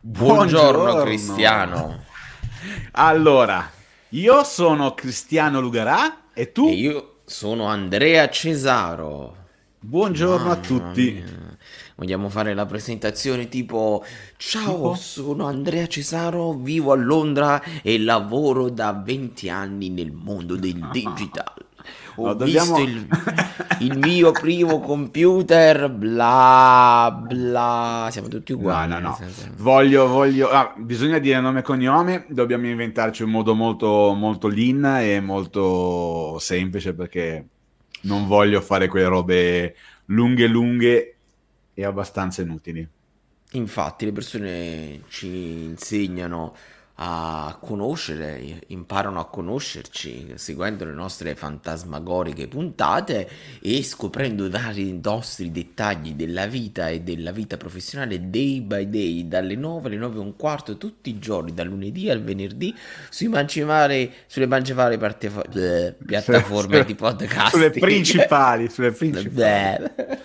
Buongiorno Buongiorno. Cristiano. Allora, io sono Cristiano Lugarà e E tu? io sono Andrea Cesaro. Buongiorno a Mamma tutti. mia. Vogliamo fare la presentazione tipo: Ciao, Tipo? sono Andrea Cesaro, vivo a Londra e lavoro da 20 anni nel mondo del digital. Ho No, visto dobbiamo... il mio primo computer, bla bla. Siamo tutti No, uguali, no, nel no. senso. Voglio... bisogna dire nome e cognome, dobbiamo inventarci un modo molto lean e molto semplice perché non voglio fare quelle robe lunghe e abbastanza inutili. Infatti, le persone ci insegnano a conoscere, imparano a conoscerci seguendo le nostre fantasmagoriche puntate e scoprendo vari nostri dettagli della vita e della vita professionale day by day, dalle 9 alle 9 e un quarto, tutti i giorni, dal lunedì al venerdì, sulle mancevare piattaforme di Sulle podcasting. principali, sulle principali. Beh.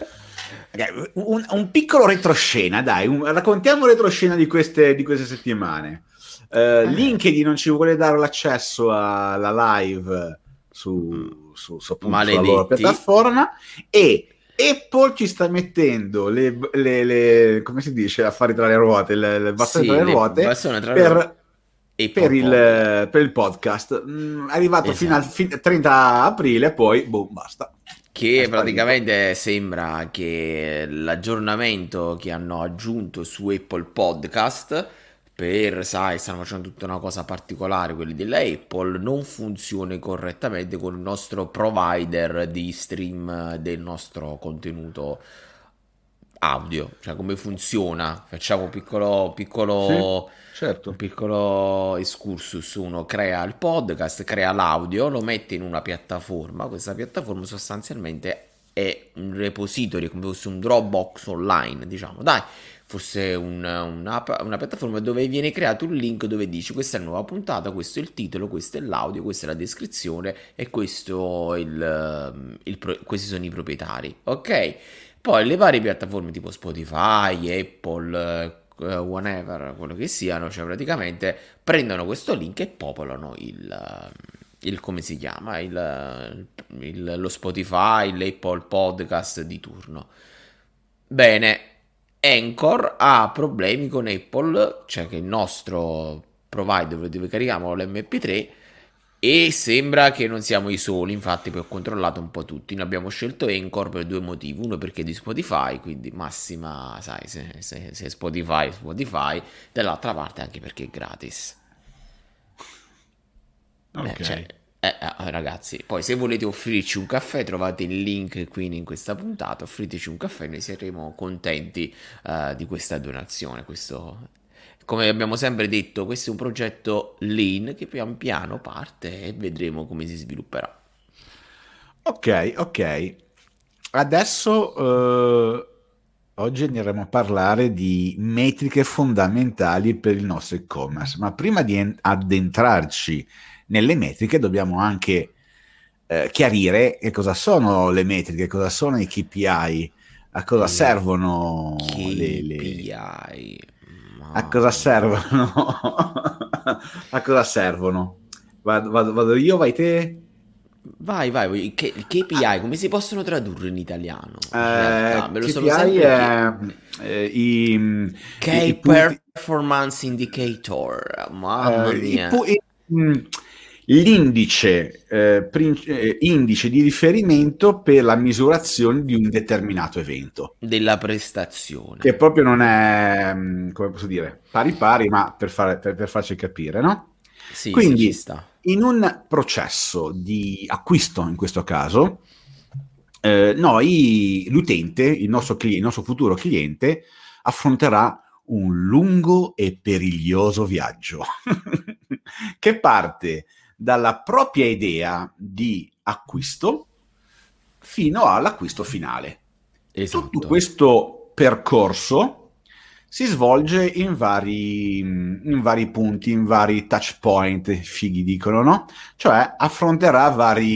Un piccolo retroscena, dai, raccontiamo retroscena di queste settimane. LinkedIn non ci vuole dare l'accesso alla live appunto, sulla loro Maledetti. piattaforma e Apple ci sta mettendo come si dice, affari tra le ruote, le bastoni tra Sì, le le ruote persone tra loro per, per Apple Podcast. il, per il podcast. È arrivato fino al Esatto. 30 aprile, poi boom, basta. È Che sparito. praticamente sembra che l'aggiornamento che hanno aggiunto su Apple Podcast per, sai, stanno facendo tutta una cosa particolare, quelli della Apple, non funzioni correttamente con il nostro provider di stream del nostro contenuto audio, cioè come funziona. Facciamo Sì, certo. un piccolo excursus. Uno crea il podcast, crea l'audio, lo mette in una piattaforma. Questa piattaforma sostanzialmente è un repository, come fosse un Dropbox online, diciamo. Dai, fosse una piattaforma dove viene creato un link dove dici questa è la nuova puntata, questo è il titolo, questo è l'audio, questa è la descrizione e questi sono i proprietari. Ok? Poi le varie piattaforme tipo Spotify, Apple, whatever, quello che siano, cioè praticamente prendono questo link e popolano il come si chiama, lo Spotify, l'Apple Podcast di turno. Bene, Anchor ha problemi con Apple, cioè che il nostro provider dove carichiamo l'MP3 e sembra che non siamo i soli, infatti poi ho controllato un po' tutti. Noi abbiamo scelto Anchor per due motivi, uno perché è di Spotify, quindi massima, sai, se Spotify, Spotify, dall'altra parte anche perché è gratis. Cioè, Ok. ragazzi, poi se volete offrirci un caffè trovate il link qui in questa puntata, offriteci un caffè, noi saremo contenti di questa donazione. Questo, come abbiamo sempre detto, questo è un progetto lean che pian piano parte e vedremo come si svilupperà. Ok, ok. Adesso oggi andremo a parlare di metriche fondamentali per il nostro e-commerce, ma prima di addentrarci nelle metriche dobbiamo anche chiarire che cosa sono le metriche, cosa sono i KPI, a cosa Le servono KPI, a cosa mamma mia. servono? A cosa servono? Vado io, vai te? Vai, vai, il KPI come si possono tradurre in italiano? In realtà, me lo sono KPI sempre chiesto. è i Key punti, Performance Indicator, mamma i mia, pu- i- l'indice, indice di riferimento per la misurazione di un determinato evento, della che prestazione. proprio non è, come posso dire, pari pari, ma per farci capire, no? Sì, sì, ci Quindi, sta. in un processo di acquisto, in questo caso, l'utente, il nostro futuro cliente, affronterà un lungo e periglioso viaggio che parte dalla propria idea di acquisto fino all'acquisto finale. Tutto Esatto. questo percorso si svolge in vari punti, in vari touch point, fighi dicono, no? Cioè affronterà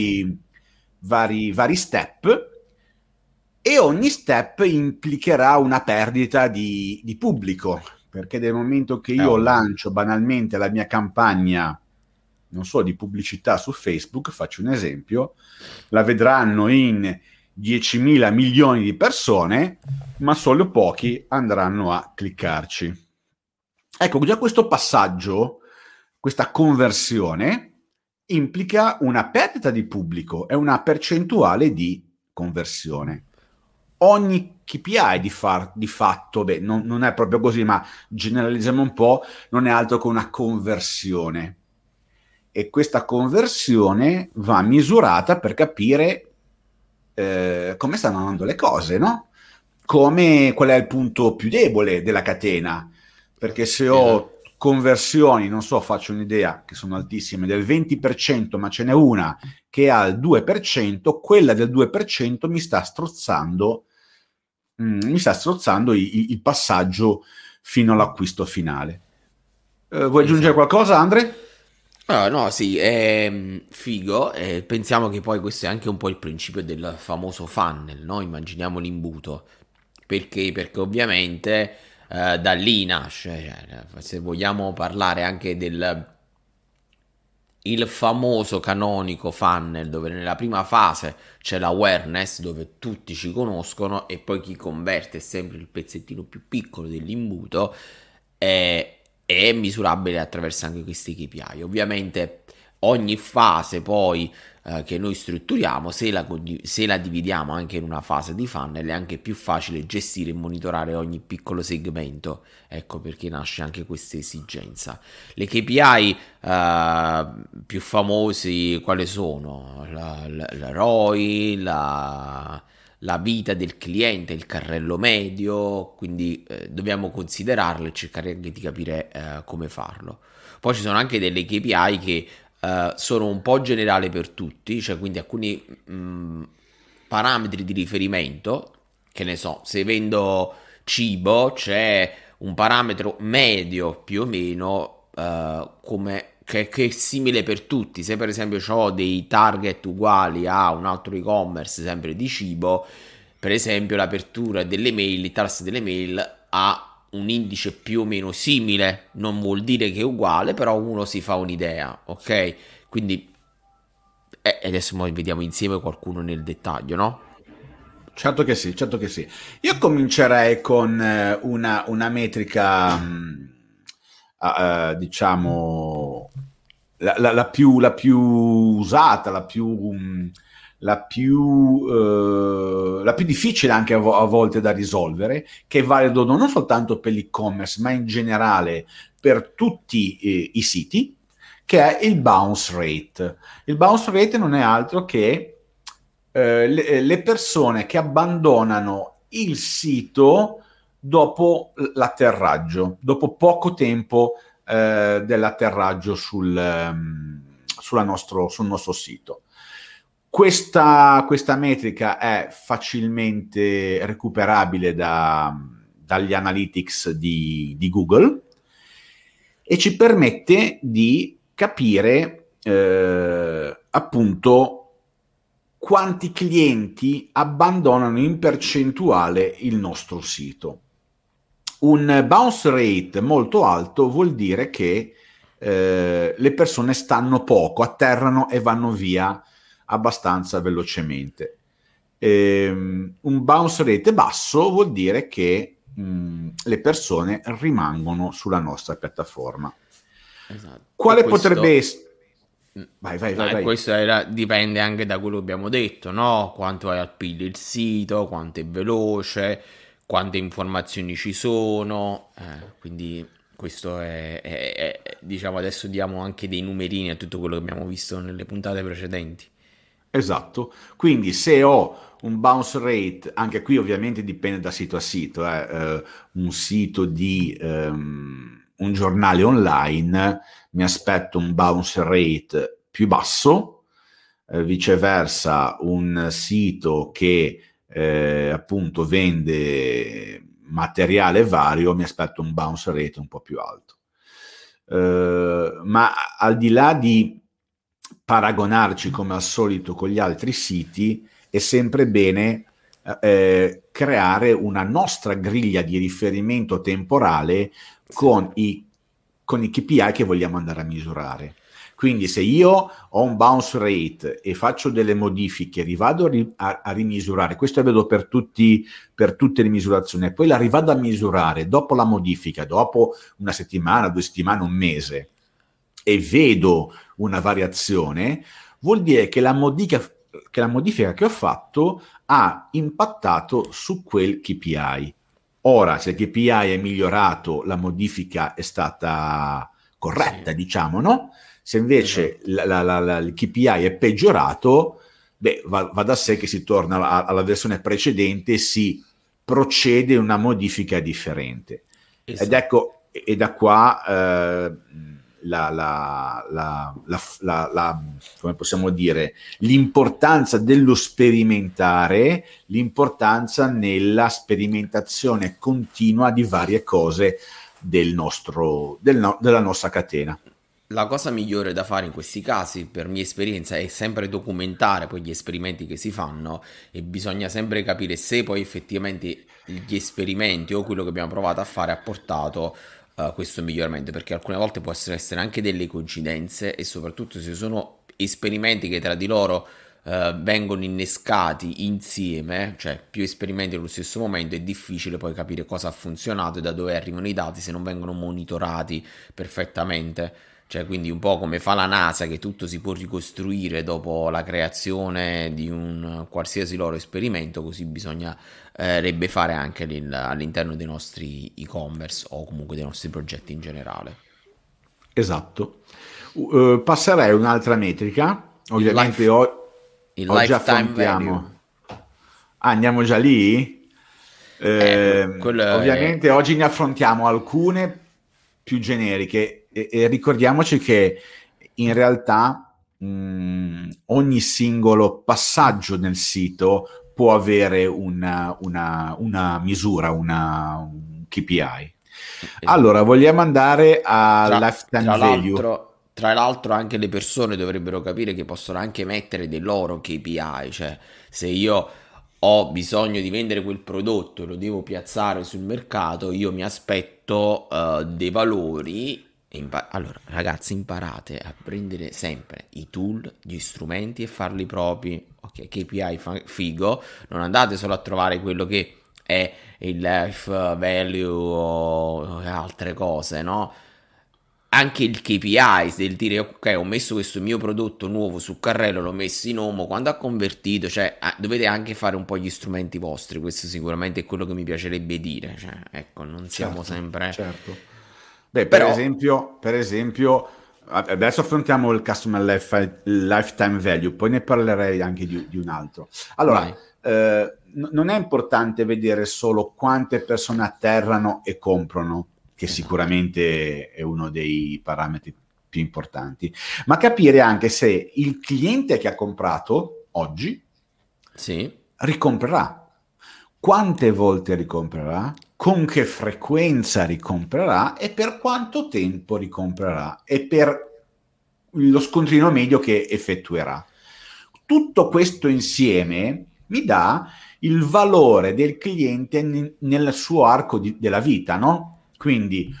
vari step e ogni step implicherà una perdita di pubblico, perché nel momento che È io ovvio. lancio banalmente la mia campagna, non so, di pubblicità su Facebook, faccio un esempio, la vedranno in 10.000 milioni di persone, ma solo pochi andranno a cliccarci. Ecco, già questo passaggio, questa conversione, implica una perdita di pubblico e una percentuale di conversione. Ogni KPI di fatto, beh, non è proprio così, ma generalizziamo un po', non è altro che una conversione. E questa conversione va misurata per capire come stanno andando le cose, no? Qual è il punto più debole della catena, perché se Esatto. ho conversioni, non so, faccio un'idea, che sono altissime, del 20%, ma ce n'è una che ha il 2%, quella del 2% mi sta strozzando il passaggio fino all'acquisto finale. Vuoi aggiungere Esatto. qualcosa, Andre? Ah, no, sì, è figo. Pensiamo che poi questo è anche un po' il principio del famoso funnel, no? Immaginiamo l'imbuto. Perché? Perché ovviamente da lì nasce, cioè, se vogliamo parlare anche del il famoso canonico funnel dove nella prima fase c'è l'awareness dove tutti ci conoscono e poi chi converte è sempre il pezzettino più piccolo dell'imbuto è misurabile attraverso anche questi KPI. Ovviamente ogni fase poi che noi strutturiamo, se la dividiamo anche in una fase di funnel, è anche più facile gestire e monitorare ogni piccolo segmento. Ecco perché nasce anche questa esigenza. Le KPI più famosi quali sono? La ROI, la vita del cliente, il carrello medio, quindi dobbiamo considerarlo e cercare anche di capire come farlo. Poi ci sono anche delle KPI che sono un po' generali per tutti, cioè quindi alcuni parametri di riferimento, che ne so, se vendo cibo c'è un parametro medio più o meno che è simile per tutti. Se per esempio ho dei target uguali a un altro e-commerce sempre di cibo, per esempio l'apertura delle mail, il tasso delle mail ha un indice più o meno simile, non vuol dire che è uguale, però uno si fa un'idea, ok? Quindi adesso noi vediamo insieme qualcuno nel dettaglio, no? Certo che sì, certo che sì. Io comincerei con una metrica, diciamo, la più usata, la più difficile anche a volte da risolvere, che è valido non soltanto per l'e-commerce, ma in generale per tutti i siti, che è il bounce rate. Il bounce rate non è altro che le persone che abbandonano il sito dopo l'atterraggio, dopo poco tempo dell'atterraggio sul nostro sito. Questa metrica è facilmente recuperabile dagli analytics di Google e ci permette di capire appunto quanti clienti abbandonano in percentuale il nostro sito. Un bounce rate molto alto vuol dire che le persone stanno poco, atterrano e vanno via abbastanza velocemente. Un bounce rate basso vuol dire che le persone rimangono sulla nostra piattaforma. Esatto. E Quale potrebbe questo essere? Vai, vai, no, vai, e vai. questo dipende anche da quello che abbiamo detto, no? Quanto è appeal il sito, quanto è veloce, quante informazioni ci sono. Quindi questo diciamo, adesso diamo anche dei numerini a tutto quello che abbiamo visto nelle puntate precedenti. Esatto, quindi se ho un bounce rate, anche qui ovviamente dipende da sito a sito, un sito di un giornale online, mi aspetto un bounce rate più basso, viceversa un sito che appunto vende materiale vario, mi aspetto un bounce rate un po' più alto. Ma al di là di paragonarci come al solito con gli altri siti, è sempre bene creare una nostra griglia di riferimento temporale con i KPI che vogliamo andare a misurare. Quindi se io ho un bounce rate e faccio delle modifiche, rivado a rimisurare, questo vedo per tutte le misurazioni, e poi la rivado a misurare dopo la modifica, dopo una settimana, 2 settimane, un mese, e vedo una variazione, vuol dire che la modifica che ho fatto ha impattato su quel KPI. Ora, se il KPI è migliorato, la modifica è stata corretta, diciamo, no? Se invece il KPI è peggiorato, va da sé che si torna alla versione precedente e si procede una modifica differente. Esatto. Ed ecco, e da qua come possiamo dire, l'importanza dello sperimentare, l'importanza nella sperimentazione continua di varie cose della nostra catena. La cosa migliore da fare in questi casi, per mia esperienza, è sempre documentare poi gli esperimenti che si fanno, e bisogna sempre capire se poi effettivamente gli esperimenti o quello che abbiamo provato a fare ha portato questo miglioramento, perché alcune volte possono essere anche delle coincidenze, e soprattutto se sono esperimenti che tra di loro vengono innescati insieme, cioè più esperimenti nello stesso momento, è difficile poi capire cosa ha funzionato e da dove arrivano i dati se non vengono monitorati perfettamente. Cioè, quindi un po' come fa la NASA, che tutto si può ricostruire dopo la creazione di un qualsiasi loro esperimento, così bisognerebbe fare anche all'interno dei nostri e-commerce o comunque dei nostri progetti in generale. Esatto. Passerei a un'altra metrica. Ovviamente il lifetime value. Andiamo già lì? Ovviamente è... oggi ne affrontiamo alcune più generiche. E ricordiamoci che in realtà ogni singolo passaggio nel sito può avere una misura, un KPI. Esatto. Allora, vogliamo andare a lifetime value. Tra l'altro anche le persone dovrebbero capire che possono anche mettere dei loro KPI, cioè se io ho bisogno di vendere quel prodotto e lo devo piazzare sul mercato, io mi aspetto dei valori. Allora, ragazzi, imparate a prendere sempre i tool, gli strumenti e farli propri. Ok, KPI figo, non andate solo a trovare quello che è il life value o altre cose, no? Anche il KPI del dire ok, ho messo questo mio prodotto nuovo sul carrello, l'ho messo in Omo, quando ha convertito, cioè dovete anche fare un po' gli strumenti vostri. Questo sicuramente è quello che mi piacerebbe dire, cioè, ecco, non siamo sempre... Certo. Beh, per esempio, adesso affrontiamo il Customer Lifetime Value, poi ne parlerei anche di un altro. Allora, non è importante vedere solo quante persone atterrano e comprano, che sicuramente è uno dei parametri più importanti, ma capire anche se il cliente che ha comprato oggi ricomprerà. Quante volte ricomprerà, con che frequenza ricomprerà e per quanto tempo ricomprerà e per lo scontrino medio che effettuerà. Tutto questo insieme mi dà il valore del cliente nel suo arco della vita, no? Quindi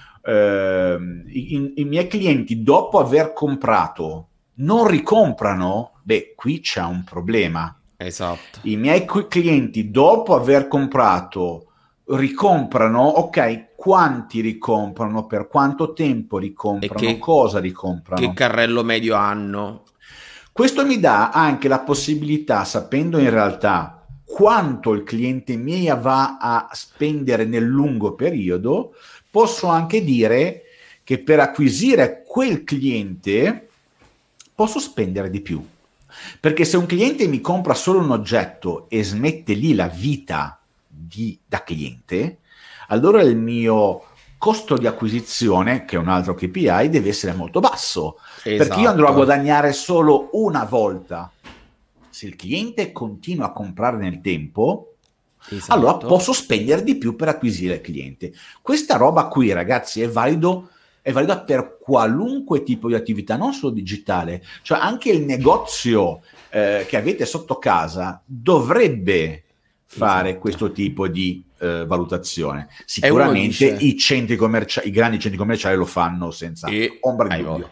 i miei clienti dopo aver comprato non ricomprano, qui c'è un problema. Esatto. I miei clienti dopo aver comprato ricomprano, ok, quanti ricomprano, per quanto tempo ricomprano, cosa ricomprano, che carrello medio hanno. Questo mi dà anche la possibilità, sapendo in realtà quanto il cliente mio va a spendere nel lungo periodo, posso anche dire che per acquisire quel cliente posso spendere di più. Perché se un cliente mi compra solo un oggetto e smette lì la vita da cliente, allora il mio costo di acquisizione, che è un altro KPI, deve essere molto basso. Esatto. Perché io andrò a guadagnare solo una volta. Se il cliente continua a comprare nel tempo, allora posso spendere di più per acquisire il cliente. Questa roba qui, ragazzi, è valida per qualunque tipo di attività, non solo digitale. Cioè anche il negozio che avete sotto casa dovrebbe fare esatto. questo tipo di valutazione. E uno Sicuramente dice, i grandi centri commerciali lo fanno senza e ombra di hai voglia. dubbio.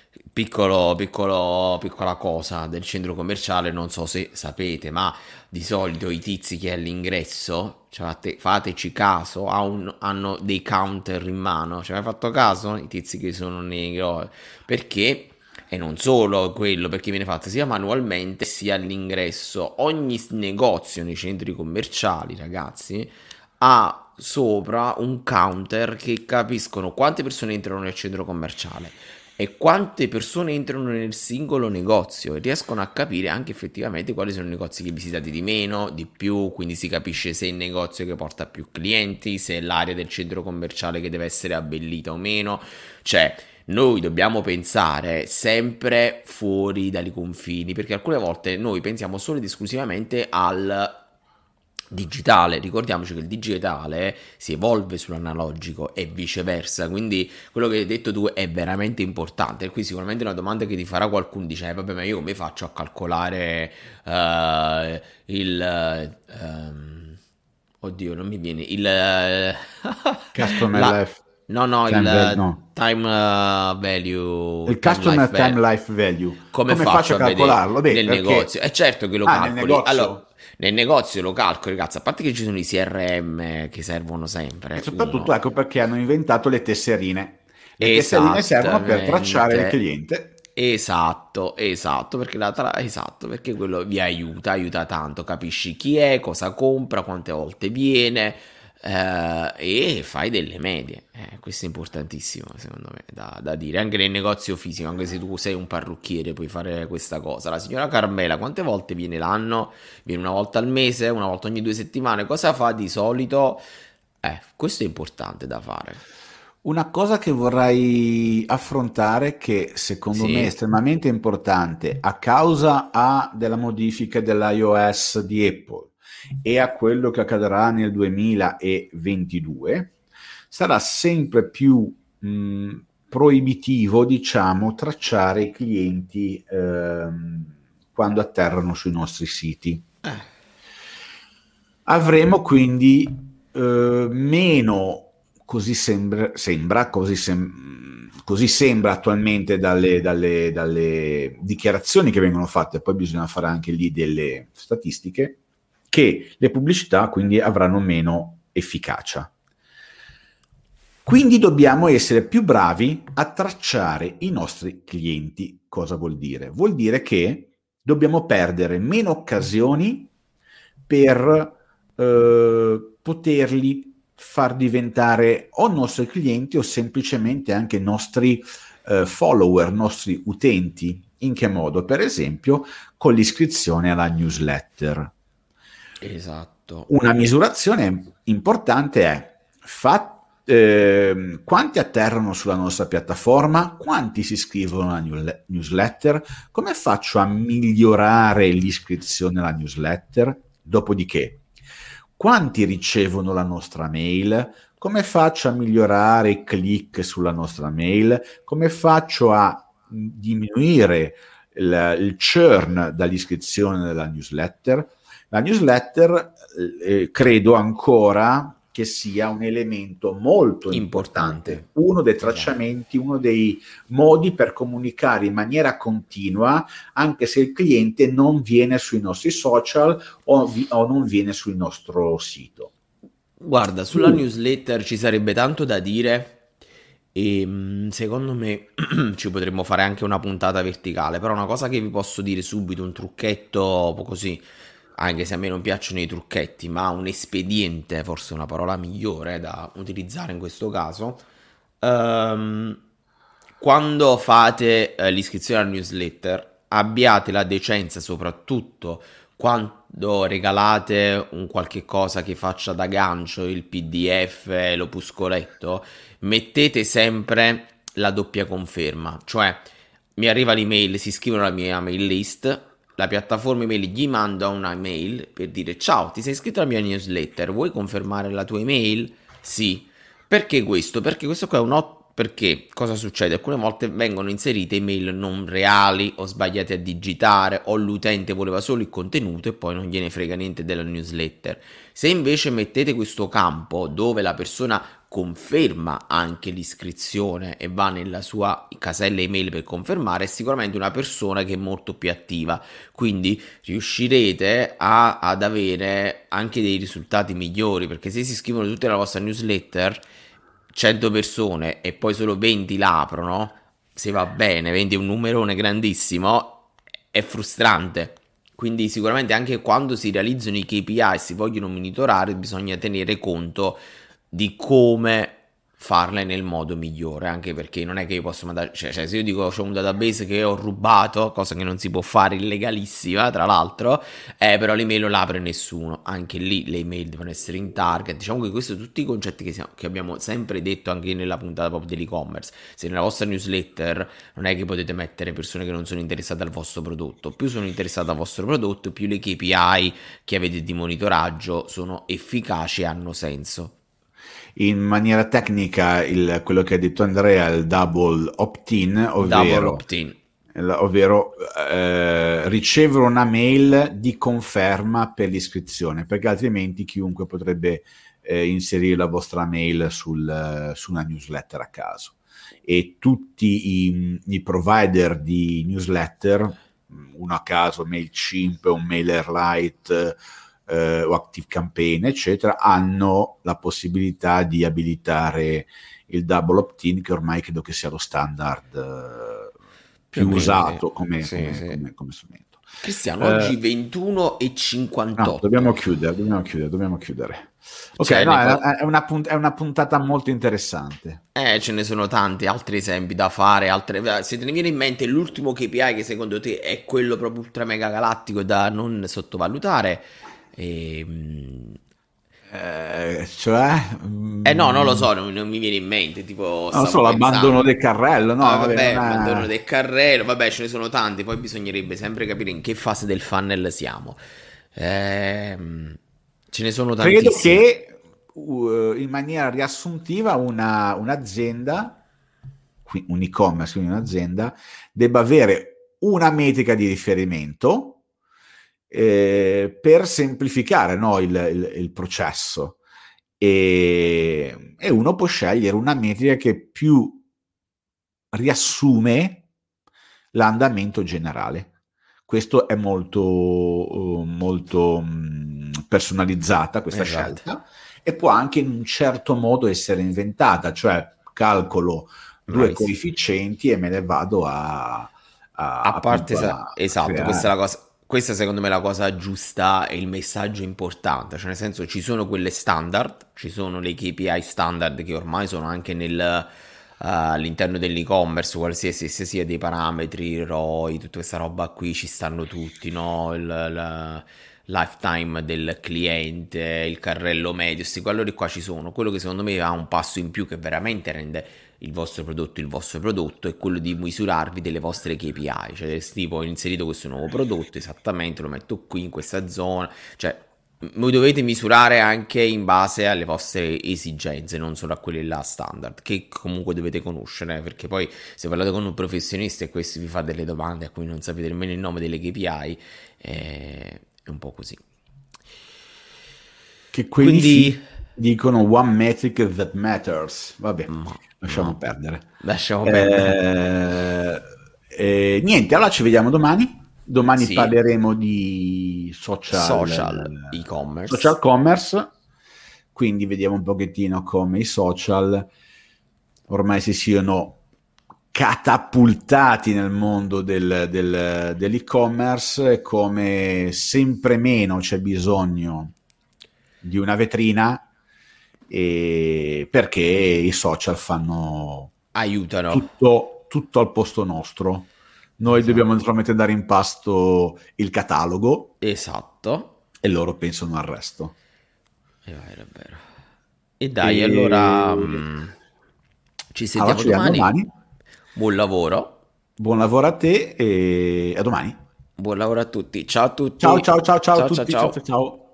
Piccola cosa del centro commerciale, non so se sapete, ma di solito i tizi che all'ingresso, cioè fateci caso, hanno dei counter in mano. Ci hai mai fatto caso? I tizi che sono negro. Perché? E non solo quello, perché viene fatto sia manualmente sia all'ingresso. Ogni negozio nei centri commerciali, ragazzi, ha sopra un counter che capiscono quante persone entrano nel centro commerciale e quante persone entrano nel singolo negozio e riescono a capire anche effettivamente quali sono i negozi che visitate di meno, di più, quindi si capisce se è il negozio che porta più clienti, se è l'area del centro commerciale che deve essere abbellita o meno, cioè noi dobbiamo pensare sempre fuori dai confini, perché alcune volte noi pensiamo solo ed esclusivamente al digitale. Ricordiamoci che il digitale si evolve sull'analogico e viceversa, quindi quello che hai detto tu è veramente importante. E qui sicuramente una domanda che ti farà qualcuno dice, vabbè, ma io come faccio a calcolare oddio, non mi viene Customer la, life no, no, time value, il no. time value, Il time life customer time value. life value. Come Come faccio faccio a a vedere calcolarlo? Beh, nel negozio? perché... È certo che lo Ah, nel calcoli. Allora, negozio? nel negozio lo calcoli, ragazzi. A parte che ci sono i CRM che servono E sempre, soprattutto uno. ecco perché hanno inventato le tesserine. Le tesserine servono per tracciare il Esattamente. cliente. Esatto, perché esatto, perché quello vi aiuta tanto, capisci chi è, cosa compra, quante volte viene, e fai delle medie. Questo è importantissimo, secondo me, da dire. Anche nel negozio fisico, anche se tu sei un parrucchiere, puoi fare questa cosa. La signora Carmela, quante volte viene l'anno? Viene una volta al mese, una volta ogni 2 settimane. Cosa fa di solito? Questo è importante da fare. Una cosa che vorrei affrontare, che secondo me è Sì? estremamente importante a causa della modifica dell'iOS di Apple e a quello che accadrà nel 2022, sarà sempre più proibitivo, diciamo, tracciare i clienti quando atterrano sui nostri siti. Eh, Avremo quindi meno, così sembra attualmente dalle dichiarazioni che vengono fatte, poi bisogna fare anche lì delle statistiche, che le pubblicità quindi avranno meno efficacia. Quindi dobbiamo essere più bravi a tracciare i nostri clienti. Cosa vuol dire? Vuol dire che dobbiamo perdere meno occasioni per poterli far diventare o nostri clienti o semplicemente anche nostri follower, nostri utenti. In che modo? Per esempio con l'iscrizione alla newsletter. esatto. Una misurazione importante è quanti atterrano sulla nostra piattaforma, quanti si iscrivono alla newsletter, come faccio a migliorare l'iscrizione alla newsletter, dopodiché quanti ricevono la nostra mail, come faccio a migliorare i click sulla nostra mail, come faccio a diminuire il churn dall'iscrizione della newsletter. La newsletter credo ancora che sia un elemento molto Importante. importante, uno dei Esatto. tracciamenti, uno dei modi per comunicare in maniera continua, anche se il cliente non viene sui nostri social o non viene sul nostro sito. Guarda, sulla newsletter ci sarebbe tanto da dire e secondo me ci potremmo fare anche una puntata verticale, però una cosa che vi posso dire subito, un trucchetto così, anche se a me non piacciono i trucchetti, ma un espediente, forse una parola migliore da utilizzare in questo caso, ehm, quando fate l'iscrizione alla newsletter, abbiate la decenza soprattutto quando regalate un qualche cosa che faccia da gancio, il PDF, l'opuscoletto, mettete sempre la doppia conferma, cioè mi arriva l'email, si iscrivono alla mia mail list, la piattaforma email gli manda una mail per dire ciao, ti sei iscritto alla mia newsletter, vuoi confermare la tua email? Sì. Perché questo? Perché questo qua è perché cosa succede? Alcune volte vengono inserite email non reali o sbagliate a digitare o l'utente voleva solo il contenuto e poi non gliene frega niente della newsletter. Se invece mettete questo campo dove la persona conferma anche l'iscrizione e va nella sua casella email per confermare, è sicuramente una persona che è molto più attiva, quindi riuscirete ad avere anche dei risultati migliori, perché se si iscrivono tutte alla vostra newsletter 100 persone e poi solo 20 la aprono, se va bene, 20 è un numerone grandissimo, è frustrante. Quindi sicuramente anche quando si realizzano i KPI e si vogliono monitorare bisogna tenere conto di come farle nel modo migliore, anche perché non è che io posso mandare, cioè se io dico c'ho un database che ho rubato, cosa che non si può fare, illegalissima tra l'altro, però l'email non la apre nessuno, anche lì le email devono essere in target, diciamo che questi sono tutti i concetti che abbiamo sempre detto anche nella puntata proprio dell'e-commerce. Se nella vostra newsletter non è che potete mettere persone che non sono interessate al vostro prodotto, più sono interessate al vostro prodotto, più le KPI che avete di monitoraggio sono efficaci e hanno senso. In maniera tecnica, quello che ha detto Andrea, il double opt-in, Double opt-in. ovvero ricevere una mail di conferma per l'iscrizione, perché altrimenti chiunque potrebbe inserire la vostra mail su una newsletter a caso. E tutti i provider di newsletter, uno a caso, MailChimp, un MailerLite, o ActiveCampaign, eccetera, hanno la possibilità di abilitare il double opt-in, che ormai credo che sia lo standard più usato come strumento. Cristiano, oggi 21:58. No, dobbiamo chiudere. Ok, Cioè, no, è una puntata molto interessante. Ce ne sono tanti altri esempi da fare. Se te ne viene in mente l'ultimo KPI che secondo te è quello proprio ultra mega galattico da non sottovalutare, cioè no, non lo so, non mi viene in mente. Tipo, non so, l'abbandono del carrello, no? Vabbè, l'abbandono del carrello, vabbè, ce ne sono tanti. Poi bisognerebbe sempre capire in che fase del funnel siamo. Ce ne sono tantissimi. Credo che in maniera riassuntiva un'azienda, un e-commerce, quindi un'azienda, debba avere una metrica di riferimento per semplificare, no, il processo, e uno può scegliere una metrica che più riassume l'andamento generale. Questo è molto personalizzata questa scelta, e può anche in un certo modo essere inventata, cioè calcolo due coefficienti e me ne vado a parte esatto, questa secondo me è la cosa giusta e il messaggio importante, cioè nel senso ci sono quelle standard, ci sono le KPI standard che ormai sono anche all'interno dell'e-commerce, qualsiasi sia dei parametri, ROI, tutta questa roba qui ci stanno tutti, no? Il lifetime del cliente, il carrello medio, questi valori qua ci sono. Quello che secondo me ha un passo in più che veramente rende il vostro prodotto è quello di misurarvi delle vostre KPI, cioè tipo ho inserito questo nuovo prodotto, esattamente lo metto qui in questa zona, cioè voi dovete misurare anche in base alle vostre esigenze, non solo a quelle là standard, che comunque dovete conoscere, perché poi se parlate con un professionista e questo vi fa delle domande a cui non sapete nemmeno il nome delle KPI, è un po' così. Che quindi dicono one metric that matters. Vabbè, lasciamo perdere. Niente, allora ci vediamo domani. Domani parleremo di social e-commerce. Social commerce. Quindi vediamo un pochettino come i social ormai si siano catapultati nel mondo dell'e-commerce, e come sempre meno c'è bisogno di una vetrina, perché i social aiutano tutto al posto nostro. Noi dobbiamo naturalmente dare in pasto il catalogo, esatto, e loro pensano al resto. È vero. E dai, allora ci sentiamo domani. Buon lavoro a te, e a domani. Buon lavoro a tutti. Ciao a tutti. Ciao a tutti. Ciao.